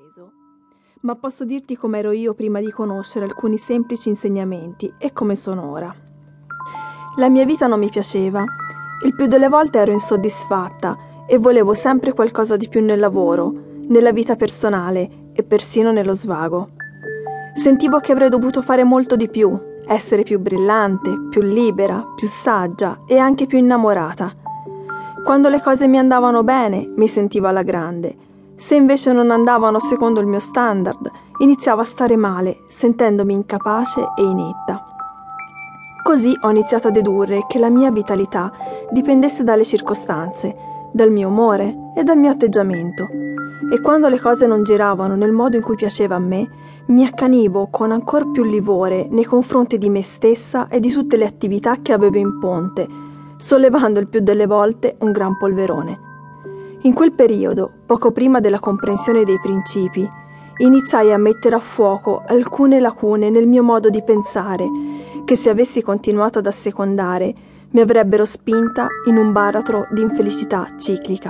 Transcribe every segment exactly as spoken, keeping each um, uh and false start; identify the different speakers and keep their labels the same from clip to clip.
Speaker 1: peso, ma posso dirti com'ero io prima di conoscere alcuni semplici insegnamenti e come sono ora. La mia vita non mi piaceva, il più delle volte ero insoddisfatta e volevo sempre qualcosa di più nel lavoro, nella vita personale e persino nello svago. Sentivo che avrei dovuto fare molto di più, essere più brillante, più libera, più saggia e anche più innamorata. Quando le cose mi andavano bene, mi sentivo alla grande. Se invece non andavano secondo il mio standard, iniziavo a stare male, sentendomi incapace e inetta. Così ho iniziato a dedurre che la mia vitalità dipendesse dalle circostanze, dal mio umore e dal mio atteggiamento. E quando le cose non giravano nel modo in cui piaceva a me, mi accanivo con ancor più livore nei confronti di me stessa e di tutte le attività che avevo in ponte, sollevando il più delle volte un gran polverone. In quel periodo, poco prima della comprensione dei principi, iniziai a mettere a fuoco alcune lacune nel mio modo di pensare, che se avessi continuato ad assecondare mi avrebbero spinta in un baratro di infelicità ciclica.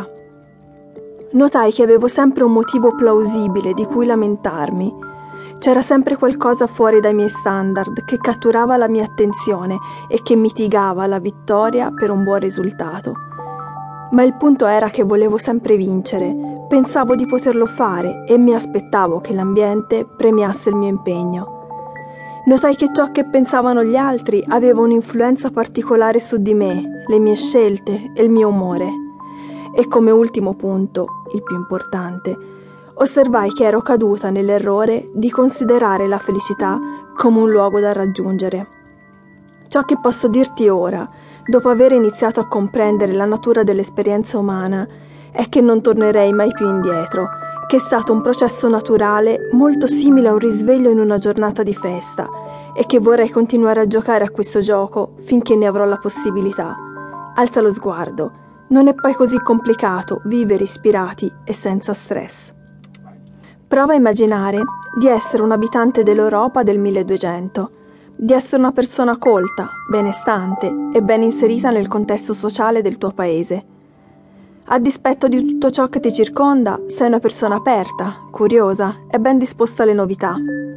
Speaker 1: Notai che avevo sempre un motivo plausibile di cui lamentarmi. C'era sempre qualcosa fuori dai miei standard che catturava la mia attenzione e che mitigava la vittoria per un buon risultato. Ma il punto era che volevo sempre vincere, pensavo di poterlo fare e mi aspettavo che l'ambiente premiasse il mio impegno. Notai che ciò che pensavano gli altri aveva un'influenza particolare su di me, le mie scelte e il mio umore. E come ultimo punto, il più importante, osservai che ero caduta nell'errore di considerare la felicità come un luogo da raggiungere. Ciò che posso dirti ora, dopo aver iniziato a comprendere la natura dell'esperienza umana, è che non tornerei mai più indietro, che è stato un processo naturale molto simile a un risveglio in una giornata di festa e che vorrei continuare a giocare a questo gioco finché ne avrò la possibilità. Alza lo sguardo, non è poi così complicato vivere ispirati e senza stress. Prova a immaginare di essere un abitante dell'Europa del milleduecento, di essere una persona colta, benestante e ben inserita nel contesto sociale del tuo paese. A dispetto di tutto ciò che ti circonda, sei una persona aperta, curiosa e ben disposta alle novità.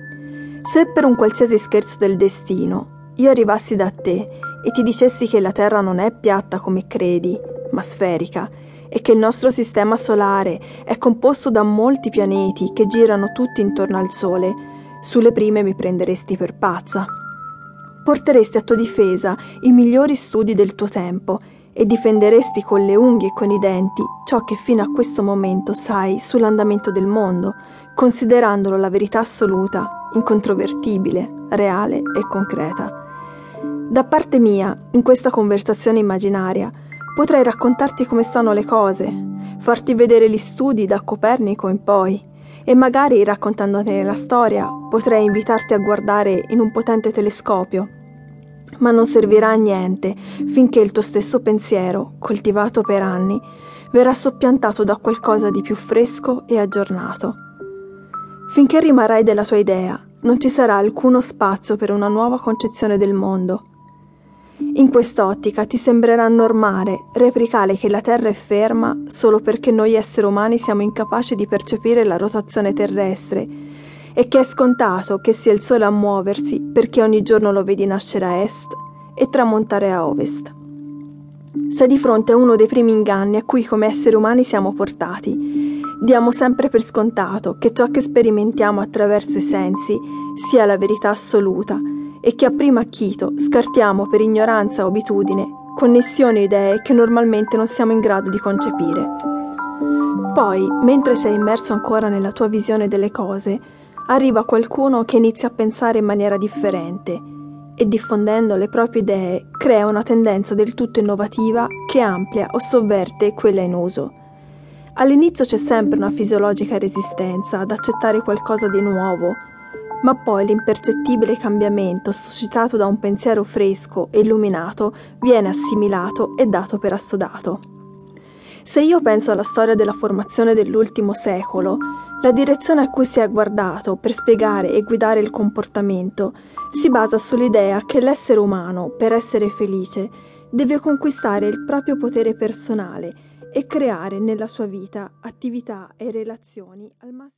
Speaker 1: Se per un qualsiasi scherzo del destino io arrivassi da te e ti dicessi che la Terra non è piatta come credi, ma sferica, e che il nostro sistema solare è composto da molti pianeti che girano tutti intorno al Sole, sulle prime mi prenderesti per pazza. Porteresti a tua difesa i migliori studi del tuo tempo e difenderesti con le unghie e con i denti ciò che fino a questo momento sai sull'andamento del mondo, considerandolo la verità assoluta, incontrovertibile, reale e concreta. Da parte mia, in questa conversazione immaginaria, potrei raccontarti come stanno le cose, farti vedere gli studi da Copernico in poi, e magari raccontandone la storia potrei invitarti a guardare in un potente telescopio. Ma non servirà a niente finché il tuo stesso pensiero, coltivato per anni, verrà soppiantato da qualcosa di più fresco e aggiornato. Finché rimarrai della tua idea, non ci sarà alcuno spazio per una nuova concezione del mondo. In quest'ottica ti sembrerà normale, replicare che la Terra è ferma solo perché noi esseri umani siamo incapaci di percepire la rotazione terrestre e che è scontato che sia il Sole a muoversi perché ogni giorno lo vedi nascere a est e tramontare a ovest. Sei di fronte a uno dei primi inganni a cui come esseri umani siamo portati. Diamo sempre per scontato che ciò che sperimentiamo attraverso i sensi sia la verità assoluta e che a primo acchito scartiamo per ignoranza o abitudine connessioni o idee che normalmente non siamo in grado di concepire. Poi, mentre sei immerso ancora nella tua visione delle cose, arriva qualcuno che inizia a pensare in maniera differente e, diffondendo le proprie idee, crea una tendenza del tutto innovativa che amplia o sovverte quella in uso. All'inizio c'è sempre una fisiologica resistenza ad accettare qualcosa di nuovo, ma poi l'impercettibile cambiamento suscitato da un pensiero fresco e illuminato viene assimilato e dato per assodato. Se io penso alla storia della formazione dell'ultimo secolo, la direzione a cui si è guardato per spiegare e guidare il comportamento si basa sull'idea che l'essere umano, per essere felice, deve conquistare il proprio potere personale e creare nella sua vita attività e relazioni al massimo